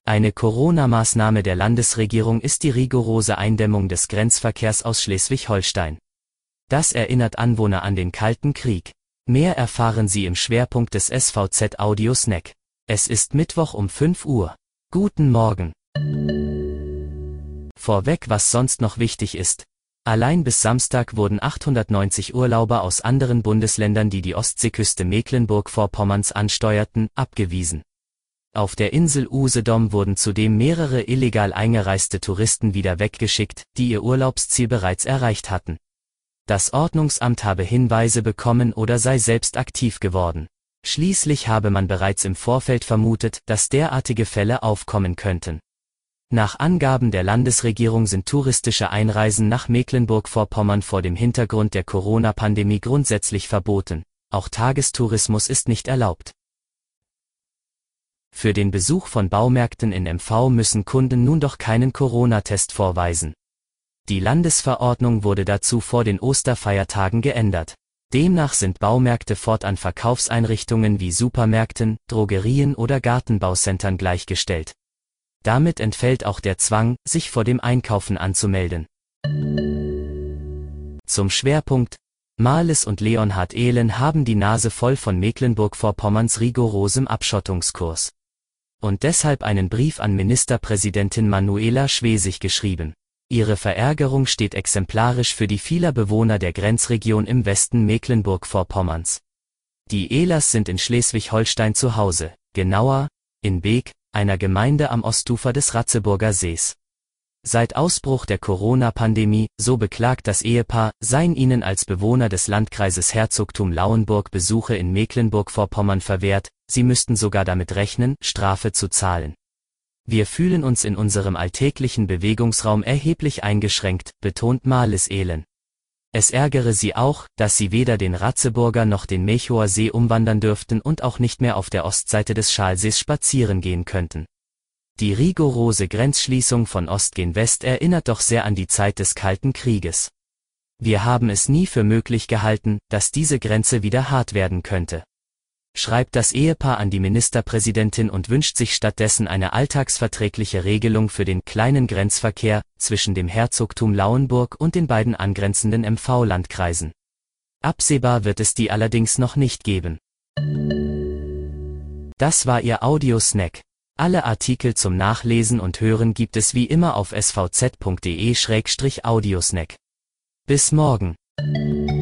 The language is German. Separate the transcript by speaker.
Speaker 1: Eine Corona-Maßnahme der Landesregierung ist die rigorose Eindämmung des Grenzverkehrs aus Schleswig-Holstein. Das erinnert Anwohner an den Kalten Krieg. Mehr erfahren Sie im Schwerpunkt des SVZ Audio Snack. Es ist Mittwoch um 5 Uhr. Guten Morgen. Vorweg, was sonst noch wichtig ist. Allein bis Samstag wurden 890 Urlauber aus anderen Bundesländern, die die Ostseeküste Mecklenburg-Vorpommerns ansteuerten, abgewiesen. Auf der Insel Usedom wurden zudem mehrere illegal eingereiste Touristen wieder weggeschickt, die ihr Urlaubsziel bereits erreicht hatten. Das Ordnungsamt habe Hinweise bekommen oder sei selbst aktiv geworden. Schließlich habe man bereits im Vorfeld vermutet, dass derartige Fälle aufkommen könnten. Nach Angaben der Landesregierung sind touristische Einreisen nach Mecklenburg-Vorpommern vor dem Hintergrund der Corona-Pandemie grundsätzlich verboten. Auch Tagestourismus ist nicht erlaubt. Für den Besuch von Baumärkten in MV müssen Kunden nun doch keinen Corona-Test vorweisen. Die Landesverordnung wurde dazu vor den Osterfeiertagen geändert. Demnach sind Baumärkte fortan Verkaufseinrichtungen wie Supermärkten, Drogerien oder Gartenbaucentern gleichgestellt. Damit entfällt auch der Zwang, sich vor dem Einkaufen anzumelden. Zum Schwerpunkt: Marlies und Leonhard Ehlen haben die Nase voll von Mecklenburg-Vorpommerns rigorosem Abschottungskurs. Und deshalb einen Brief an Ministerpräsidentin Manuela Schwesig geschrieben. Ihre Verärgerung steht exemplarisch für die vieler Bewohner der Grenzregion im Westen Mecklenburg-Vorpommerns. Die Ehlers sind in Schleswig-Holstein zu Hause, genauer, in Beek, einer Gemeinde am Ostufer des Ratzeburger Sees. Seit Ausbruch der Corona-Pandemie, so beklagt das Ehepaar, seien ihnen als Bewohner des Landkreises Herzogtum Lauenburg Besuche in Mecklenburg-Vorpommern verwehrt, sie müssten sogar damit rechnen, Strafe zu zahlen. Wir fühlen uns in unserem alltäglichen Bewegungsraum erheblich eingeschränkt, betont Marlies Ehlen. Es ärgere sie auch, dass sie weder den Ratzeburger noch den Melchower See umwandern dürften und auch nicht mehr auf der Ostseite des Schalsees spazieren gehen könnten. Die rigorose Grenzschließung von Ost gen West erinnert doch sehr an die Zeit des Kalten Krieges. Wir haben es nie für möglich gehalten, dass diese Grenze wieder hart werden könnte. Schreibt das Ehepaar an die Ministerpräsidentin und wünscht sich stattdessen eine alltagsverträgliche Regelung für den kleinen Grenzverkehr zwischen dem Herzogtum Lauenburg und den beiden angrenzenden MV-Landkreisen. Absehbar wird es die allerdings noch nicht geben. Das war Ihr Audiosnack. Alle Artikel zum Nachlesen und Hören gibt es wie immer auf svz.de/audiosnack. Bis morgen.